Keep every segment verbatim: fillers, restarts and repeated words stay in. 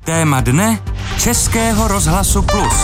Téma dne Českého rozhlasu Plus.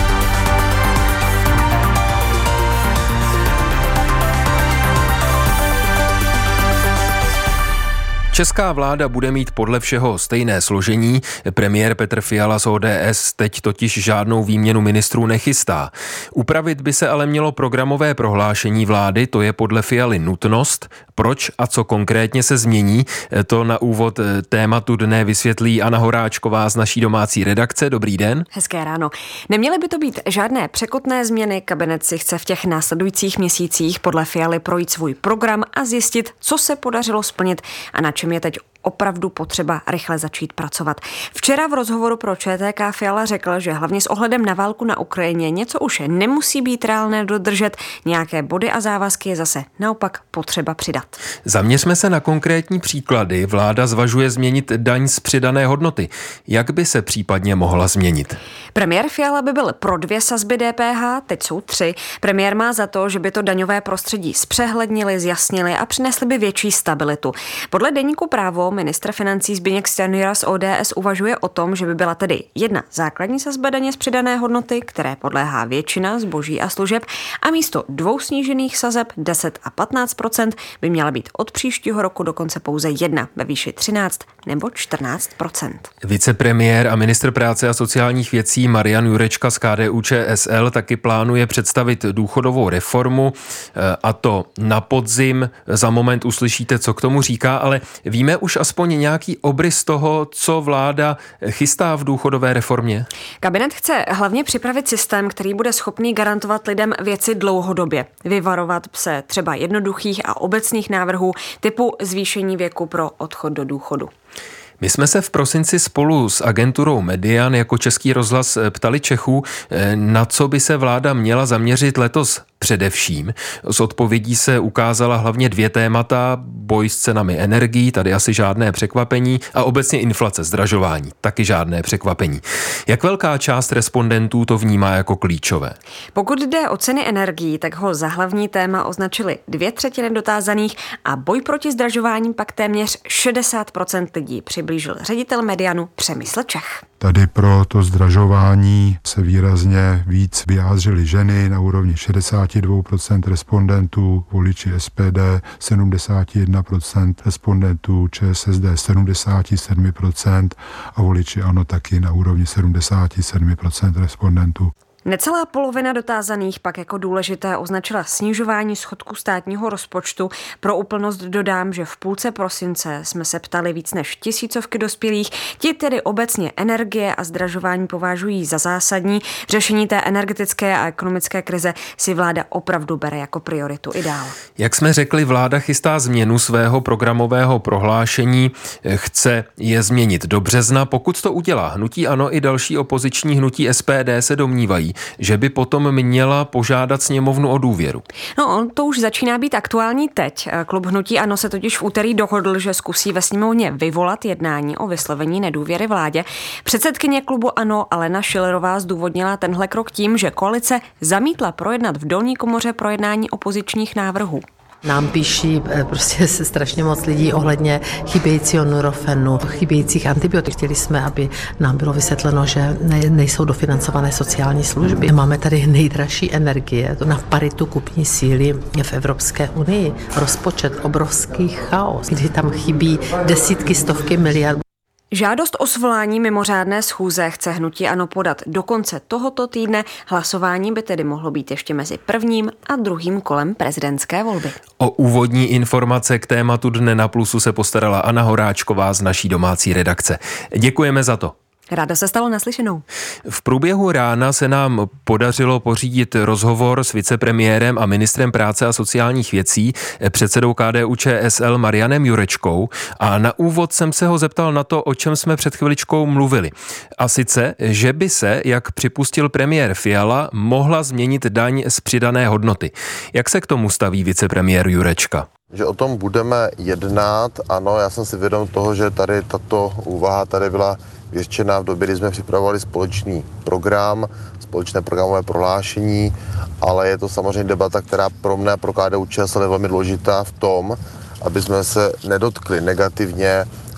Česká vláda bude mít podle všeho stejné složení. Premiér Petr Fiala z O D S teď totiž žádnou výměnu ministrů nechystá. Upravit by se ale mělo programové prohlášení vlády, to je podle Fialy nutnost. Proč a co konkrétně se změní, to na úvod tématu dne vysvětlí Anna Horáčková z naší domácí redakce. Dobrý den. Hezké ráno. Neměly by to být žádné překotné změny, kabinet si chce v těch následujících měsících podle Fialy projít svůj program a zjistit, co se podařilo splnit a na čem je teď opravdu potřeba rychle začít pracovat. Včera v rozhovoru pro Č T K Fiala řekl, že hlavně s ohledem na válku na Ukrajině něco už nemusí být reálné dodržet, nějaké body a závazky je zase naopak potřeba přidat. Zaměřme se na konkrétní příklady. Vláda zvažuje změnit daň z přidané hodnoty. Jak by se případně mohla změnit? Premiér Fiala by byl pro dvě sazby D P H, teď jsou tři. Premiér má za to, že by to daňové prostředí zpřehlednili, zjasnili a přinesli by větší stabilitu. Podle deníku Právo ministr financí Zbyněk Stanjura z O D S uvažuje o tom, že by byla tedy jedna základní sazba daně z přidané hodnoty, které podléhá většina zboží a služeb, a místo dvou snížených sazeb deset a patnáct procent by měla být od příštího roku dokonce pouze jedna ve výši třináct nebo čtrnáct procent. Vicepremiér a ministr práce a sociálních věcí Marian Jurečka z K D U Č S L taky plánuje představit důchodovou reformu, a to na podzim. Za moment uslyšíte, co k tomu říká, ale víme už aspoň nějaký obrys toho, co vláda chystá v důchodové reformě? Kabinet chce hlavně připravit systém, který bude schopný garantovat lidem věci dlouhodobě. Vyvarovat se třeba jednoduchých a obecných návrhů typu zvýšení věku pro odchod do důchodu. My jsme se v prosinci spolu s agenturou Median jako Český rozhlas ptali Čechů, na co by se vláda měla zaměřit letos především. Z odpovědí se ukázala hlavně dvě témata: boj s cenami energií, tady asi žádné překvapení, a obecně inflace, zdražování, taky žádné překvapení. Jak velká část respondentů to vnímá jako klíčové? Pokud jde o ceny energií, tak ho za hlavní téma označili dvě třetiny dotázaných a boj proti zdražování pak téměř šedesát procent lidí, přiblížil ředitel Medianu Přemysl Čech. Tady pro to zdražování se výrazně víc vyjádřily ženy na úrovni šedesát dva procent respondentů, voliči S P D sedmdesát jedna procent respondentů, Č S S D sedmdesát sedm procent a voliči ANO taky na úrovni sedmdesát sedm procent respondentů. Necelá polovina dotázaných pak jako důležité označila snižování schodku státního rozpočtu. Pro úplnost dodám, že v půlce prosince jsme se ptali víc než tisícovky dospělých. Ti tedy obecně energie a zdražování považují za zásadní. Řešení té energetické a ekonomické krize si vláda opravdu bere jako prioritu i dál. Jak jsme řekli, vláda chystá změnu svého programového prohlášení. Chce je změnit do března. Pokud to udělá hnutí ANO i další opoziční hnutí S P D, se domnívají, že by potom měla požádat sněmovnu o důvěru. No, to už začíná být aktuální teď. Klub hnutí ANO se totiž v úterý dohodl, že zkusí ve sněmovně vyvolat jednání o vyslovení nedůvěry vládě. Předsedkyně klubu ANO Alena Schillerová zdůvodnila tenhle krok tím, že koalice zamítla projednat v dolní komoře projednání opozičních návrhů. Nám píší prostě se strašně moc lidí ohledně chybějícího Nurofenu, chybějících antibiotik. Chtěli jsme, aby nám bylo vysvětleno, že nejsou dofinancované sociální služby. Máme tady nejdražší energie, to na paritu kupní síly v Evropské unii. Rozpočet, obrovský chaos, kdy tam chybí desítky, stovky miliard. Žádost o svolání mimořádné schůze chce hnutí ANO podat do konce tohoto týdne. Hlasování by tedy mohlo být ještě mezi prvním a druhým kolem prezidentské volby. O úvodní informace k tématu Dne na Plusu se postarala Anna Horáčková z naší domácí redakce. Děkujeme za to. Ráda se stalo naslyšenou. V průběhu rána se nám podařilo pořídit rozhovor s vicepremiérem a ministrem práce a sociálních věcí, předsedou K D U Č S L Marianem Jurečkou, a na úvod jsem se ho zeptal na to, o čem jsme před chviličkou mluvili. A sice, že by se, jak připustil premiér Fiala, mohla změnit daň z přidané hodnoty. Jak se k tomu staví vicepremiér Jurečka? Že o tom budeme jednat, ano, já jsem si vědom toho, že tady tato úvaha tady byla většina v době, kdy jsme připravovali společný program, společné programové prohlášení, ale je to samozřejmě debata, která pro mne a pro K D U Č S L je velmi důležitá v tom, aby jsme se nedotkli negativně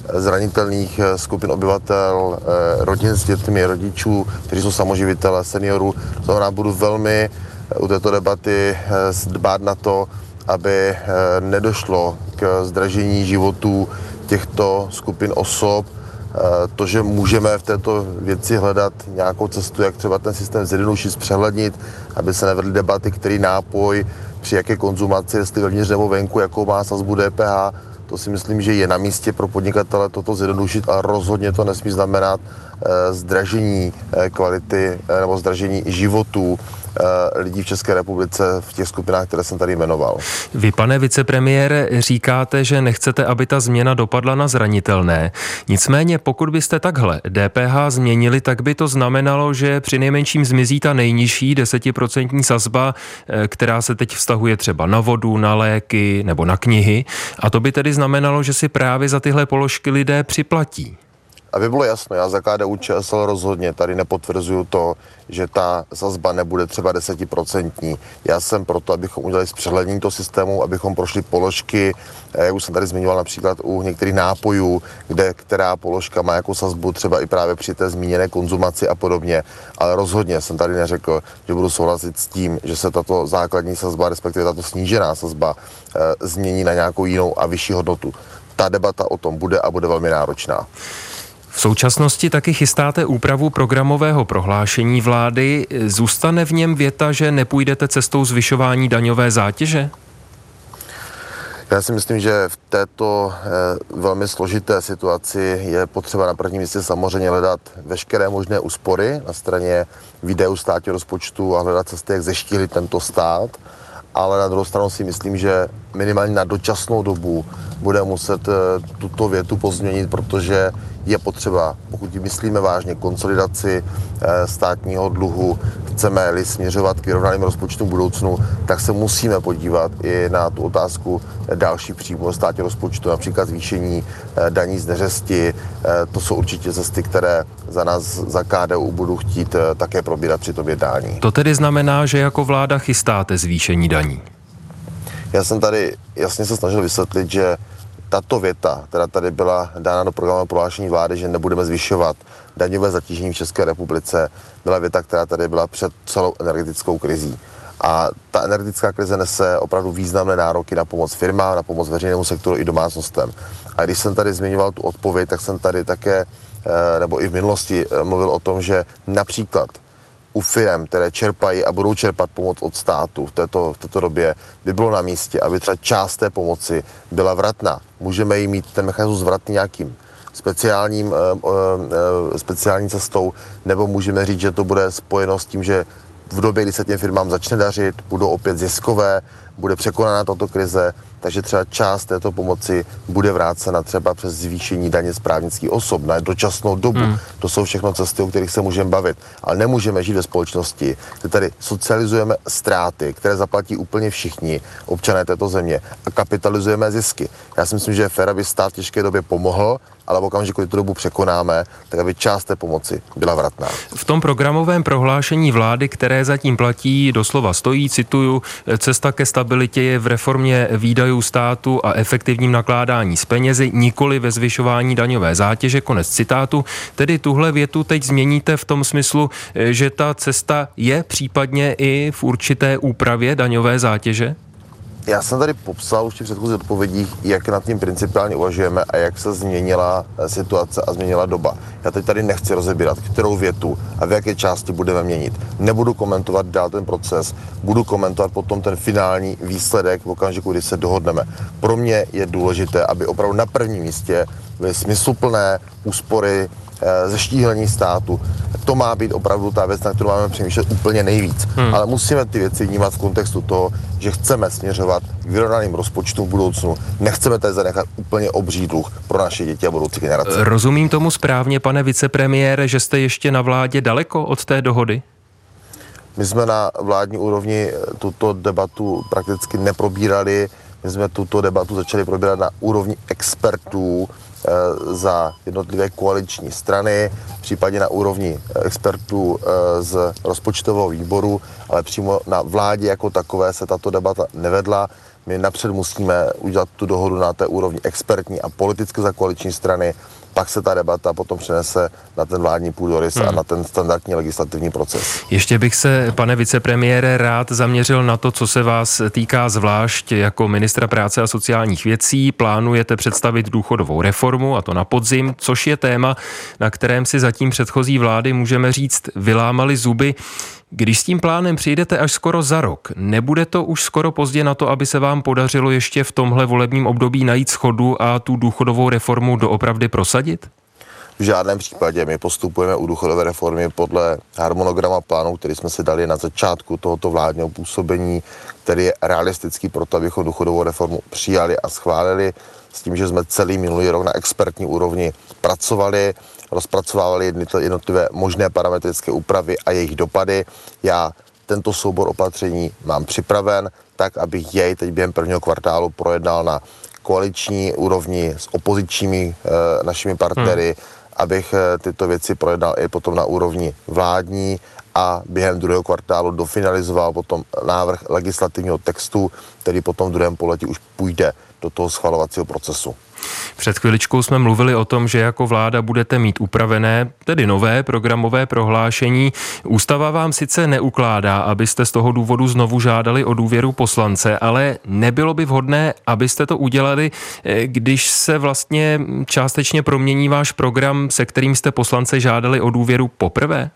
zranitelných skupin obyvatel, rodin s dětmi, rodičů, kteří jsou samoživitelé, seniorů. To znamená, budu velmi u této debaty dbát na to, aby nedošlo k zdražení životů těchto skupin osob. To, že můžeme v této věci hledat nějakou cestu, jak třeba ten systém zjednodušit, zpřehlednit, aby se nevedly debaty, který nápoj při jaké konzumaci, jestli vevnitř nebo venku, jakou má sazbu D P H, to si myslím, že je na místě pro podnikatele toto zjednodušit, ale rozhodně to nesmí znamenat eh, zdražení eh, kvality eh, nebo zdražení životů eh, lidí v České republice v těch skupinách, které jsem tady jmenoval. Vy, pane vicepremiére, říkáte, že nechcete, aby ta změna dopadla na zranitelné. Nicméně, pokud byste takhle D P H změnili, tak by to znamenalo, že přinejmenším zmizí ta nejnižší desetiprocentní sazba, eh, která se teď vztahuje třeba na vodu, na léky nebo na knihy. A to by tedy znamenalo, že si právě za tyhle položky lidé připlatí. Aby bylo jasno, já za K D U Č S L rozhodně tady nepotvrzuju to, že ta sazba nebude třeba desetiprocentní. Já jsem proto, abychom udělali zpřehlednění toho systému, abychom prošli položky, jak už jsem tady zmiňoval například u některých nápojů, kde která položka má jakou sazbu třeba i právě při té zmíněné konzumaci a podobně. Ale rozhodně jsem tady neřekl, že budu souhlasit s tím, že se tato základní sazba, respektive tato snížená sazba e, změní na nějakou jinou a vyšší hodnotu. Ta debata o tom bude a bude velmi náročná. V současnosti taky chystáte úpravu programového prohlášení vlády. Zůstane v něm věta, že nepůjdete cestou zvyšování daňové zátěže? Já si myslím, že v této eh, velmi složité situaci je potřeba na prvním místě samozřejmě hledat veškeré možné úspory na straně výdajů státního rozpočtu a hledat cesty, jak zeštíhlit tento stát. Ale na druhou stranu si myslím, že minimálně na dočasnou dobu bude muset tuto větu pozměnit, protože je potřeba, pokud myslíme vážně konsolidaci státního dluhu, chceme-li směřovat k vyrovnaným rozpočtům v budoucnu, tak se musíme podívat i na tu otázku dalších příjmů státního rozpočtu, například zvýšení daní z neřesti. To jsou určitě cesty, které za nás, za K D U, budu chtít také probírat při tom jednání. To tedy znamená, že jako vláda chystáte zvýšení daní? Já jsem tady jasně se snažil vysvětlit, že tato věta, která tady byla dána do programového prohlášení vlády, že nebudeme zvyšovat daňové zatížení v České republice, byla věta, která tady byla před celou energetickou krizí. A ta energetická krize nese opravdu významné nároky na pomoc firmám, na pomoc veřejnému sektoru i domácnostem. A když jsem tady zmiňoval tu odpověď, tak jsem tady také, nebo i v minulosti mluvil o tom, že například u firem, které čerpají a budou čerpat pomoc od státu v této, v této době, by bylo na místě, aby třeba část té pomoci byla vratná. Můžeme jí mít ten mechanismus vratný nějakým speciálním, e, e, speciální cestou, nebo můžeme říct, že to bude spojeno s tím, že v době, kdy se těm firmám začne dařit, budou opět ziskové, bude překonána tato krize, takže třeba část této pomoci bude vrácena třeba přes zvýšení daně z právnických osob na dočasnou dobu. Hmm. To jsou všechno cesty, o kterých se můžeme bavit. Ale nemůžeme žít ve společnosti, kde tady socializujeme ztráty, které zaplatí úplně všichni občané této země a kapitalizujeme zisky. Já si myslím, že je fér, aby stát v těžké době pomohl, ale v okamžiku, kdy tu dobu překonáme, tak aby část té pomoci byla vratná. V tom programovém prohlášení vlády, které zatím platí, doslova stojí, cituju, cesta ke stabilitě je v reformě výdajů státu a efektivním nakládání s penězi, nikoli ve zvyšování daňové zátěže, konec citátu. Tedy tuhle větu teď změníte v tom smyslu, že ta cesta je případně i v určité úpravě daňové zátěže? Já jsem tady popsal už v předchozích odpovědích, jak nad tím principiálně uvažujeme a jak se změnila situace a změnila doba. Já teď tady nechci rozebírat, kterou větu a v jaké části budeme měnit. Nebudu komentovat dál ten proces, budu komentovat potom ten finální výsledek v okamžiku, kdy se dohodneme. Pro mě je důležité, aby opravdu na prvním místě byly smysluplné úspory, zeštíhlení státu. To má být opravdu ta věc, na kterou máme přemýšlet úplně nejvíc. Hmm. Ale musíme ty věci vnímat v kontextu toho, že chceme směřovat k vyrovnaným rozpočtům v budoucnu. Nechceme tady zanechat úplně obří dluh pro naše děti a budoucí generace. Rozumím tomu správně, pane vicepremiére, že jste ještě na vládě daleko od té dohody? My jsme na vládní úrovni tuto debatu prakticky neprobírali. My jsme tuto debatu začali probírat na úrovni expertů za jednotlivé koaliční strany, případně na úrovni expertů z rozpočtového výboru, ale přímo na vládě jako takové se tato debata nevedla. My napřed musíme udělat tu dohodu na té úrovni expertní a politické za koaliční strany, pak se ta debata potom přenese na ten vládní půdorys hmm. a na ten standardní legislativní proces. Ještě bych se, pane vicepremiére, rád zaměřil na to, co se vás týká zvlášť jako ministra práce a sociálních věcí. Plánujete představit důchodovou reformu, a to na podzim, což je téma, na kterém si zatím předchozí vlády, můžeme říct, vylámali zuby. Když s tím plánem přijdete až skoro za rok, nebude to už skoro pozdě na to, aby se vám podařilo ještě v tomhle volebním období najít shodu a tu důchodovou reformu doopravdy prosadit? V žádném případě. My postupujeme u důchodové reformy podle harmonograma plánu, který jsme si dali na začátku tohoto vládního působení, který je realistický pro to, abychom důchodovou reformu přijali a schválili, s tím, že jsme celý minulý rok na expertní úrovni pracovali, rozpracovávali jednotlivé možné parametrické úpravy a jejich dopady. Já tento soubor opatření mám připraven, tak abych jej teď během prvního kvartálu projednal na koaliční úrovni s opozičními e, našimi partnery, hmm. abych e, tyto věci projednal i potom na úrovni vládní a během druhého kvartálu dofinalizoval potom návrh legislativního textu, který potom v druhém poletí už půjde do toho schvalovacího procesu. Před chviličkou jsme mluvili o tom, že jako vláda budete mít upravené, tedy nové programové prohlášení. Ústava vám sice neukládá, abyste z toho důvodu znovu žádali o důvěru poslance, ale nebylo by vhodné, abyste to udělali, když se vlastně částečně promění váš program, se kterým jste poslance žádali o důvěru poprvé?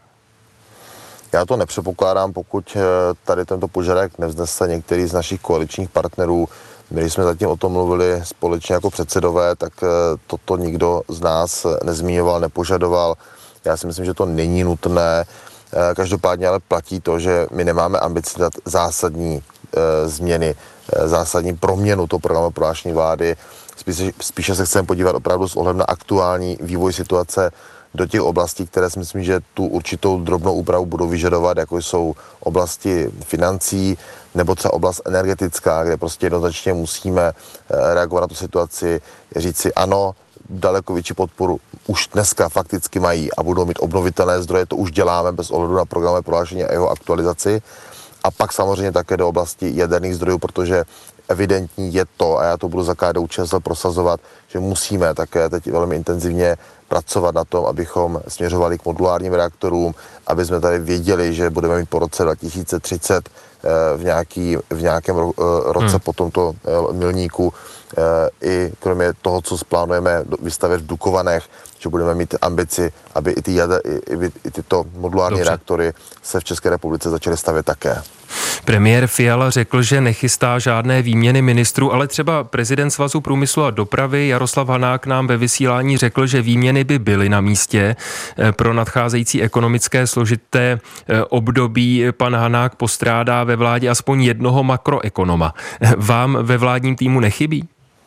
Já to nepředpokládám, pokud tady tento požadavek nevznese některý z našich koaličních partnerů. My, když jsme zatím o tom mluvili společně jako předsedové, tak toto nikdo z nás nezmiňoval, nepožadoval. Já si myslím, že to není nutné. Každopádně ale platí to, že my nemáme ambici dát zásadní e, změny, e, zásadní proměnu toho programu prohlášení vlády. Spíše, spíše se chceme podívat opravdu s ohledem na aktuální vývoj situace do těch oblastí, které si myslím, že tu určitou drobnou úpravu budou vyžadovat, jako jsou oblasti financí nebo třeba oblast energetická, kde prostě jednoznačně musíme reagovat na tu situaci, říct si ano, daleko větší podporu už dneska fakticky mají a budou mít obnovitelné zdroje, to už děláme bez ohledu na programové prohlášení a jeho aktualizaci. A pak samozřejmě také do oblasti jaderných zdrojů, protože evidentní je to, a já to budu za K D U Č S L prosazovat, že musíme také teď velmi intenzivně pracovat na tom, abychom směřovali k modulárním reaktorům, aby jsme tady věděli, že budeme mít po roce dva tisíce třicet v, nějaký, v nějakém roce hmm. po tomto milníku i kromě toho, co plánujeme vystavět v Dukovanech, že budeme mít ambici, aby i, ty jader, i, i tyto modulární Dobře. reaktory se v České republice začaly stavět také. Premiér Fiala řekl, že nechystá žádné výměny ministrů, ale třeba prezident Svazu průmyslu a dopravy Jaroslav Hanák nám ve vysílání řekl, že výměny by byly na místě pro nadcházející ekonomické složité období. Pan Hanák postrádá ve vládě aspoň jednoho makroekonoma. Vám ve vládním týmu nechybí?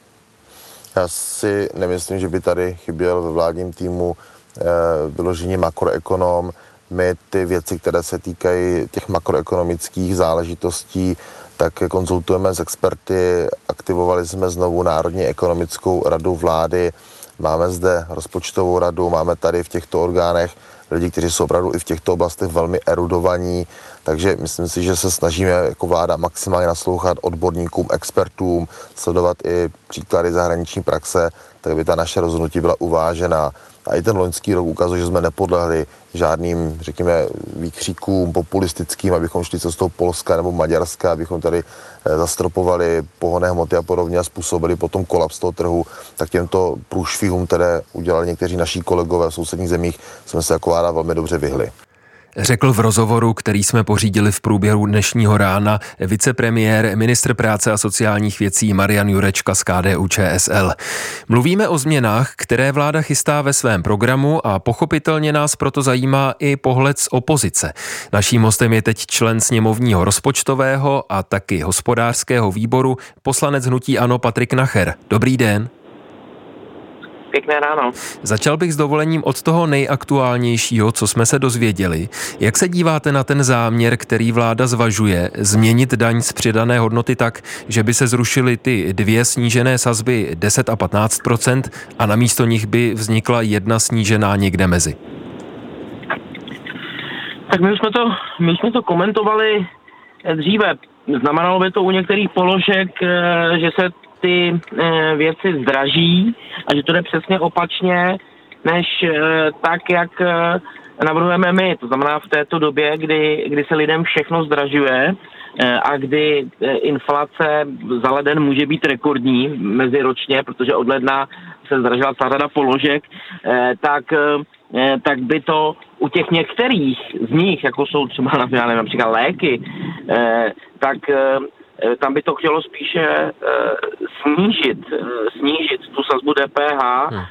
Já si nemyslím, že by tady chyběl ve vládním týmu e, vyloženě makroekonom. My ty věci, které se týkají těch makroekonomických záležitostí, tak konzultujeme s experty, aktivovali jsme znovu Národní ekonomickou radu vlády, máme zde rozpočtovou radu, máme tady v těchto orgánech lidi, kteří jsou opravdu i v těchto oblastech velmi erudovaní, takže myslím si, že se snažíme jako vláda maximálně naslouchat odborníkům, expertům, sledovat i příklady zahraniční praxe, tak by ta naše rozhodnutí byla uvážená. A i ten loňský rok ukazuje, že jsme nepodlehli žádným, řekněme, výkřikům populistickým, abychom šli cestou Polska nebo Maďarska, abychom tady zastropovali pohonné hmoty a podobně a způsobili potom kolaps toho trhu, tak těmto průšvihům, které udělali někteří naši kolegové v sousedních zemích, jsme se jako vláda velmi dobře vyhli. Řekl v rozhovoru, který jsme pořídili v průběhu dnešního rána, vicepremiér, ministr práce a sociálních věcí Marian Jurečka z K D U Č S L. Mluvíme o změnách, které vláda chystá ve svém programu a pochopitelně nás proto zajímá i pohled z opozice. Naším hostem je teď člen sněmovního rozpočtového a taky hospodářského výboru, poslanec hnutí ANO Patrik Nacher. Dobrý den. Pěkné ráno. Začal bych s dovolením od toho nejaktuálnějšího, co jsme se dozvěděli. Jak se díváte na ten záměr, který vláda zvažuje, změnit daň z přidané hodnoty tak, že by se zrušily ty dvě snížené sazby deset a patnáct procent a namísto nich by vznikla jedna snížená někde mezi? Tak my už jsme to, my už jsme to komentovali dříve. Znamenalo by to u některých položek, že se ty věci zdraží a že to jde přesně opačně, než tak, jak navrhujeme my. To znamená v této době, kdy, kdy se lidem všechno zdražuje a kdy inflace za leden může být rekordní meziročně, protože od ledna se zdražila celá řada položek, tak, tak by to u těch některých z nich, jako jsou třeba například léky, tak tam by to chtělo spíše snížit, snížit tu sazbu D P H. Hmm.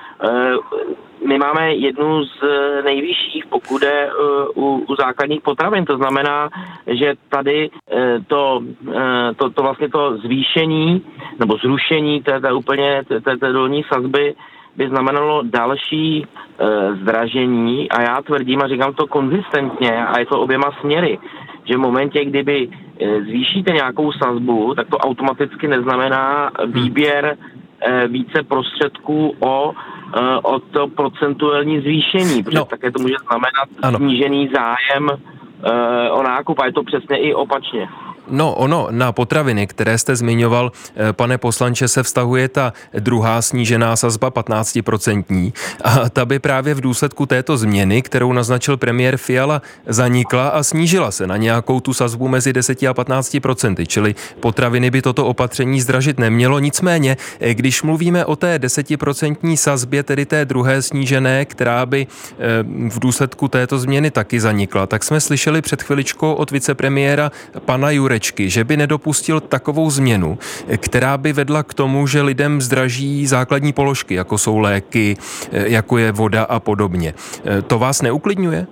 My máme jednu z nejvyšších, pokud je u, u základních potravin. To znamená, že tady to, to, to vlastně to zvýšení nebo zrušení té, té úplně té, té dolní sazby by znamenalo další e, zdražení a já tvrdím a říkám to konzistentně a je to oběma směry, že v momentě, kdyby e, zvýšíte nějakou sazbu, tak to automaticky neznamená výběr e, více prostředků o, e, o to procentuální zvýšení, protože no. také to může znamenat ano. snížený zájem e, o nákup a je to přesně i opačně. No ono, na potraviny, které jste zmiňoval, pane poslanče, se vztahuje ta druhá snížená sazba patnáctiprocentní a ta by právě v důsledku této změny, kterou naznačil premiér Fiala, zanikla a snížila se na nějakou tu sazbu mezi deset a patnáct procenty, čili potraviny by toto opatření zdražit nemělo. Nicméně, když mluvíme o té desetiprocentní sazbě, tedy té druhé snížené, která by v důsledku této změny taky zanikla, tak jsme slyšeli před chviličkou od vicepremiéra pana Jurečky, že by nedopustil takovou změnu, která by vedla k tomu, že lidem zdraží základní položky, jako jsou léky, jako je voda a podobně. To vás neuklidňuje?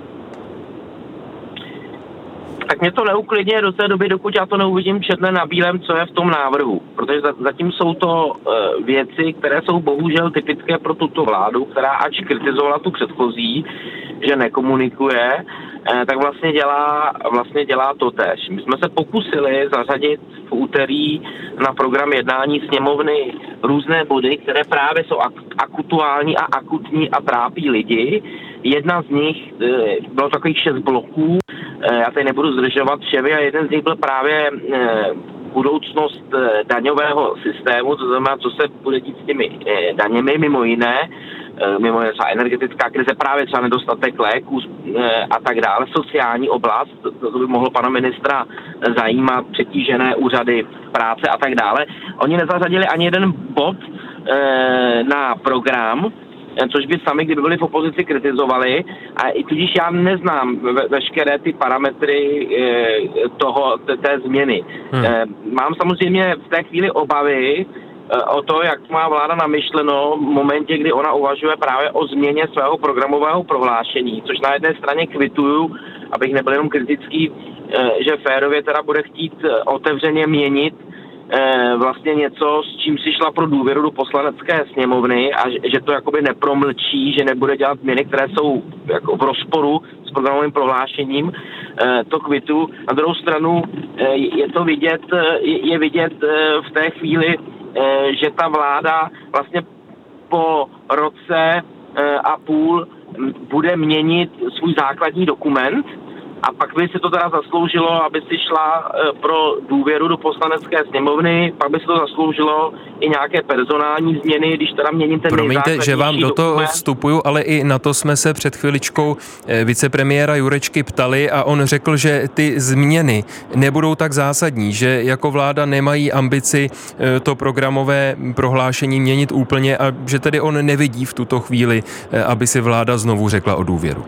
Tak mě to neuklidňuje do té doby, dokud já to neuvidím černé na bílém, co je v tom návrhu. Protože zatím jsou to věci, které jsou bohužel typické pro tuto vládu, která ač kritizovala tu předchozí, že nekomunikuje, tak vlastně dělá, vlastně dělá to též. My jsme se pokusili zařadit v úterý na program jednání sněmovny různé body, které právě jsou aktuální a akutní a trápí lidi. Jedna z nich, bylo takových šest bloků, já tady nebudu zdržovat všemi, a jeden z nich byl právě budoucnost daňového systému, to znamená, co se bude dít s těmi daněmi, mimo jiné, mimo jiné třeba energetická krize, právě třeba nedostatek léků a tak dále, sociální oblast, to by mohlo pana ministra zajímat, přetížené úřady práce a tak dále. Oni nezařadili ani jeden bod na program, což by sami, kdyby byli v opozici, kritizovali. A i tudíž já neznám ve, veškeré ty parametry e, toho, té, té změny. Hmm. E, mám samozřejmě v té chvíli obavy e, o to, jak má vláda namyšleno v momentě, kdy ona uvažuje právě o změně svého programového prohlášení, což na jedné straně kvituju, abych nebyl jenom kritický, e, že férově teda bude chtít otevřeně měnit vlastně něco, s čím si šla pro důvěru do poslanecké sněmovny a že to jakoby nepromlčí, že nebude dělat změny, které jsou jako v rozporu s programovým prohlášením, to kvitu. Na druhou stranu je to vidět, je vidět v té chvíli, že ta vláda vlastně po roce a půl bude měnit svůj základní dokument. A pak by se to teda zasloužilo, aby si šla pro důvěru do poslanecké sněmovny, pak by se to zasloužilo i nějaké personální změny, když teda měním ten Promiňte, že vám do toho dokument. Vstupuju, ale i na to jsme se před chviličkou vicepremiéra Jurečky ptali a on řekl, že ty změny nebudou tak zásadní, že jako vláda nemají ambici to programové prohlášení měnit úplně a že tedy on nevidí v tuto chvíli, aby si vláda znovu řekla o důvěru.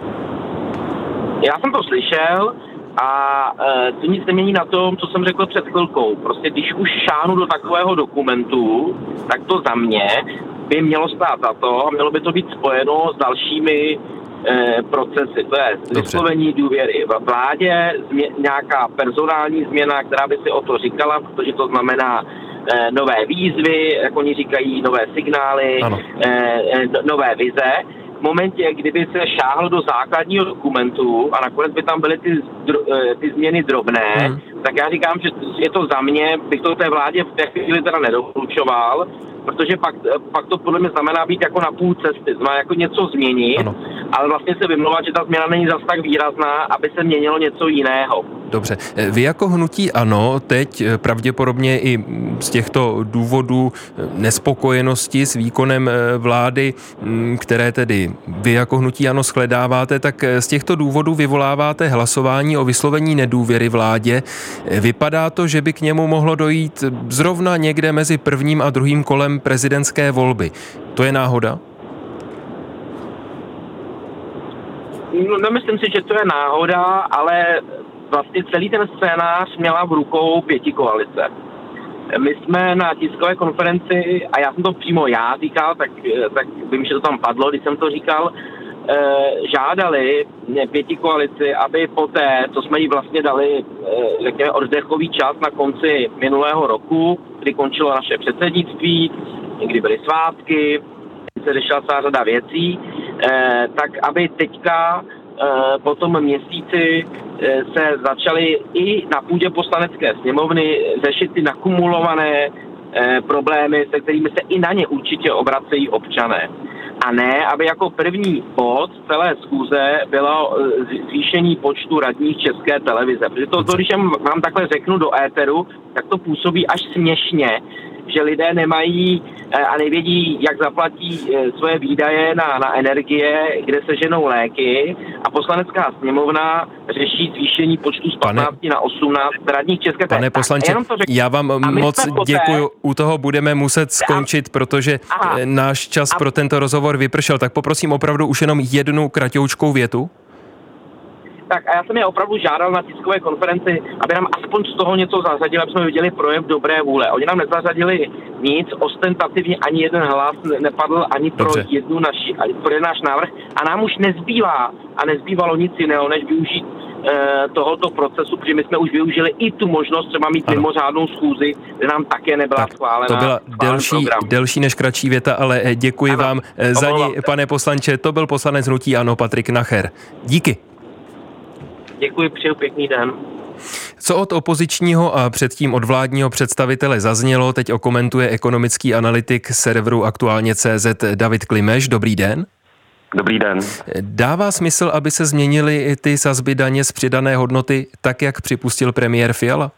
Já jsem to slyšel a e, to nic nemění na tom, co jsem řekl před chvilkou. Prostě když už šáhnu do takového dokumentu, tak to za mě by mělo stát za to a mělo by to být spojeno s dalšími e, procesy. To je vyslovení důvěry v vládě, změ, nějaká personální změna, která by si o to říkala, protože to znamená nové výzvy, jak oni říkají, nové signály, ano. nové vize. V momentě, kdyby se šáhlo do základního dokumentu a nakonec by tam byly ty, ty změny drobné, hmm. tak já říkám, že je to za mě, bych to té vládě v té chvíli teda nedoporučoval, protože pak, pak to podle mě znamená být jako na půl cesty, znamená jako něco změnit, ano. ale vlastně se vymlouvat, že ta změna není zas tak výrazná, aby se měnilo něco jiného. Dobře. Vy jako hnutí ANO teď pravděpodobně i z těchto důvodů nespokojenosti s výkonem vlády, které tedy vy jako hnutí ANO shledáváte, tak z těchto důvodů vyvoláváte hlasování o vyslovení nedůvěry vládě. Vypadá to, že by k němu mohlo dojít zrovna někde mezi prvním a druhým kolem prezidentské volby. To je náhoda? No, nemyslím si, že to je náhoda, ale vlastně celý ten scénář měla v rukou pětikoalice. My jsme na tiskové konferenci, a já jsem to přímo já říkal, tak, tak vím, že to tam padlo, když jsem to říkal, eh, žádali pětikoalici, aby poté, co jsme jí vlastně dali, eh, řekněme, oddechový čas na konci minulého roku, kdy končilo naše předsednictví, kdy byly svátky, kdy se řešila celá řada věcí, eh, tak aby teďka po tom měsíci se začaly i na půdě poslanecké sněmovny řešit ty nakumulované problémy, se kterými se i na ně určitě obracejí občané. A ne, aby jako první bod celé schůze bylo zvýšení počtu radních České televize. Protože to, to když vám takhle řeknu do éteru, tak to působí až směšně, že lidé nemají a nevědí, jak zaplatí svoje výdaje na, na energie, kde se ženou léky, a poslanecká sněmovna řeší zvýšení počtu z patnácti na osmnáct radních České televize. Pane poslanče, já vám moc děkuju. U toho budeme muset skončit, protože Aha. náš čas a... pro tento rozhovor vypršel. Tak poprosím opravdu už jenom jednu kraťoučkou větu. Tak a já jsem je opravdu žádal na tiskové konferenci, aby nám aspoň z toho něco zařadili, aby jsme viděli projev dobré vůle. Oni nám nezařadili nic, ostentativně ani jeden hlas nepadl ani pro Dobře. jednu naši, ani pro jeden náš návrh, a nám už nezbývá a nezbývalo nic jiného, než využít e, tohoto procesu, protože my jsme už využili i tu možnost třeba mít ano. mimořádnou schůzi, kde nám také nebyla tak, schválena. To byla delší, delší než kratší věta, ale děkuji ano, vám za ní, pane poslanče. To byl poslanec hnutí ANO Patrik Nacher. Díky. Děkuji, přeju pěkný den. Co od opozičního a předtím od vládního představitele zaznělo, teď okomentuje ekonomický analytik serveru Aktuálně tečka cé zet David Klimeš. Dobrý den. Dobrý den. Dává smysl, aby se změnily ty sazby daně z přidané hodnoty tak, jak připustil premiér Fiala?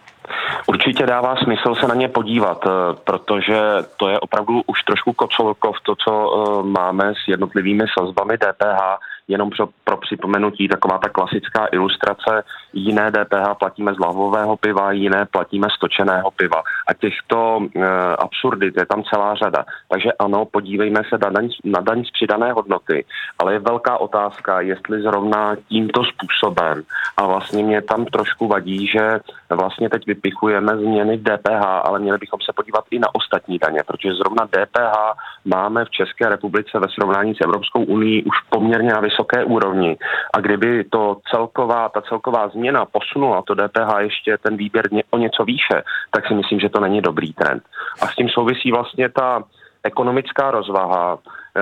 Určitě dává smysl se na ně podívat, protože to je opravdu už trošku kocourkov to, co máme s jednotlivými sazbami D P H. Jenom pro, pro připomenutí, taková ta klasická ilustrace, jiné D P H platíme z lahvového piva, jiné platíme z točeného piva. A těchto e, absurdit je tam celá řada. Takže ano, podívejme se na daň, na daň z přidané hodnoty, ale je velká otázka, jestli zrovna tímto způsobem, a vlastně mě tam trošku vadí, že vlastně teď vypichujeme změny v D P H, ale měli bychom se podívat i na ostatní daně, protože zrovna D P H máme v České republice ve srovnání s Evropskou unií už poměrně na vysoké úrovni. A kdyby to celková, ta celková změna posunula to D P H ještě ten výběr o něco výše, tak si myslím, že to není dobrý trend. A s tím souvisí vlastně ta ekonomická rozvaha.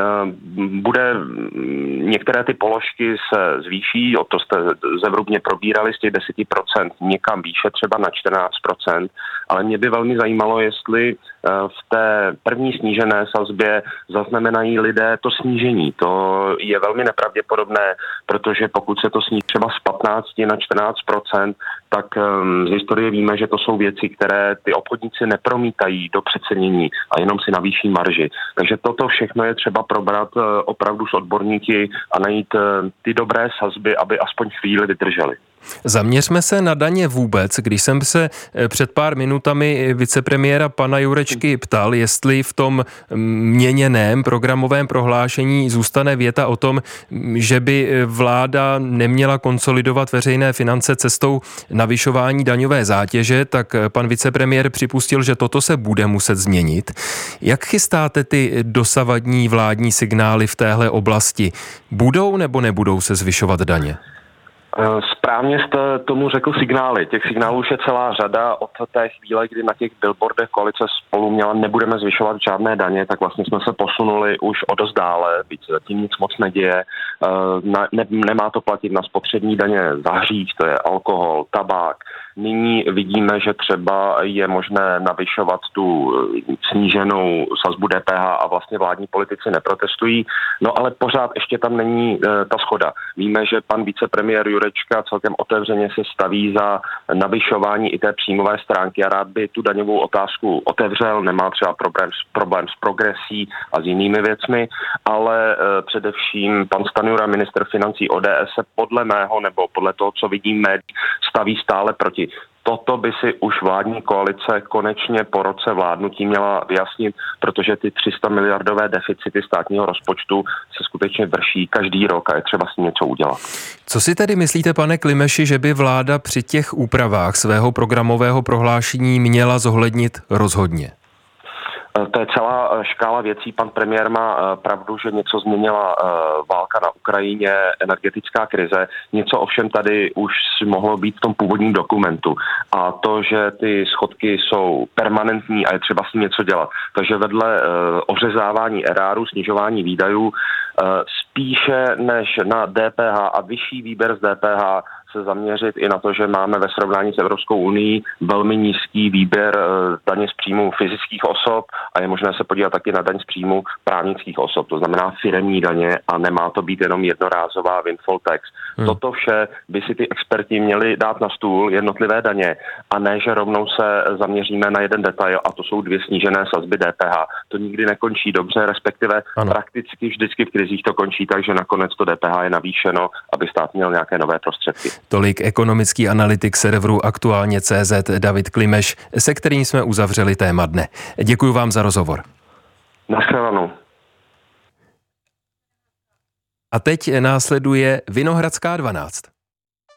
Bude, některé ty položky se zvýší, o to jste zevrubně probírali, z těch deset procent někam výše, třeba na čtrnáct procent, ale mě by velmi zajímalo, jestli v té první snížené sazbě zaznamenají lidé to snížení. To je velmi nepravděpodobné, protože pokud se to sníží třeba z patnáct na čtrnáct procent, tak z historie víme, že to jsou věci, které ty obchodníci nepromítají do přecenění a jenom si navýší marži. Takže toto všechno je třeba probrat opravdu s odborníky a najít ty dobré sazby, aby aspoň chvíli vydrželi. Zaměřme se na daně vůbec. Když jsem se před pár minutami vicepremiéra pana Jurečky ptal, jestli v tom měněném programovém prohlášení zůstane věta o tom, že by vláda neměla konsolidovat veřejné finance cestou navyšování daňové zátěže, tak pan vicepremiér připustil, že toto se bude muset změnit. Jak chystáte ty dosavadní vládní signály v téhle oblasti? Budou nebo nebudou se zvyšovat daně? Správně jste tomu řekl signály. Těch signálů už je celá řada od té chvíle, kdy na těch billboardech koalice Spolu měla nebudeme zvyšovat žádné daně, tak vlastně jsme se posunuli už o dost dále, byť zatím nic moc neděje. Na, ne, nemá to platit na spotřební daně za hřích, to je alkohol, tabák. Nyní vidíme, že třeba je možné navyšovat tu sníženou sazbu D P H a vlastně vládní politici neprotestují, no ale pořád ještě tam není e, ta shoda. Víme, že pan vicepremiér Jurečka celkem otevřeně se staví za navyšování i té příjmové stránky a rád by tu daňovou otázku otevřel, nemá třeba problém, problém s progresí a s jinými věcmi, ale e, především pan Stanjura, ministr financí O D S, se podle mého nebo podle toho, co vidím médií, staví stále proti. Toto by si už vládní koalice konečně po roce vládnutí měla vyjasnit, protože ty tři sta miliardové deficity státního rozpočtu se skutečně vrší každý rok a je třeba s tím něco udělat. Co si tedy myslíte, pane Klimeši, že by vláda při těch úpravách svého programového prohlášení měla zohlednit rozhodně? To je celá škála věcí. Pan premiér má pravdu, že něco změnila válka na Ukrajině, energetická krize. Něco ovšem tady už mohlo být v tom původním dokumentu. A to, že ty schodky jsou permanentní a je třeba s tím něco dělat. Takže vedle ořezávání eráru, snižování výdajů, spíše než na D P H a vyšší výběr z D P H se zaměřit i na to, že máme ve srovnání s Evropskou unií velmi nízký výběr daně z příjmu fyzických osob a je možné se podívat taky na daň z příjmu právnických osob, to znamená firemní daně a nemá to být jenom jednorázová windfall tax. Hmm. Toto vše by si ty experti měli dát na stůl, jednotlivé daně, a ne, že rovnou se zaměříme na jeden detail a to jsou dvě snížené sazby D P H. To nikdy nekončí dobře, respektive ano. Prakticky vždycky v krizích to končí tak, že nakonec to D P H je navýšeno, aby stát měl nějaké nové prostředky. Tolik ekonomický analytik serveru Aktuálně tečka cé zet David Klimeš, se kterým jsme uzavřeli téma dne. Děkuji vám za rozhovor. Naschledanou. A teď následuje Vinohradská dvanáct.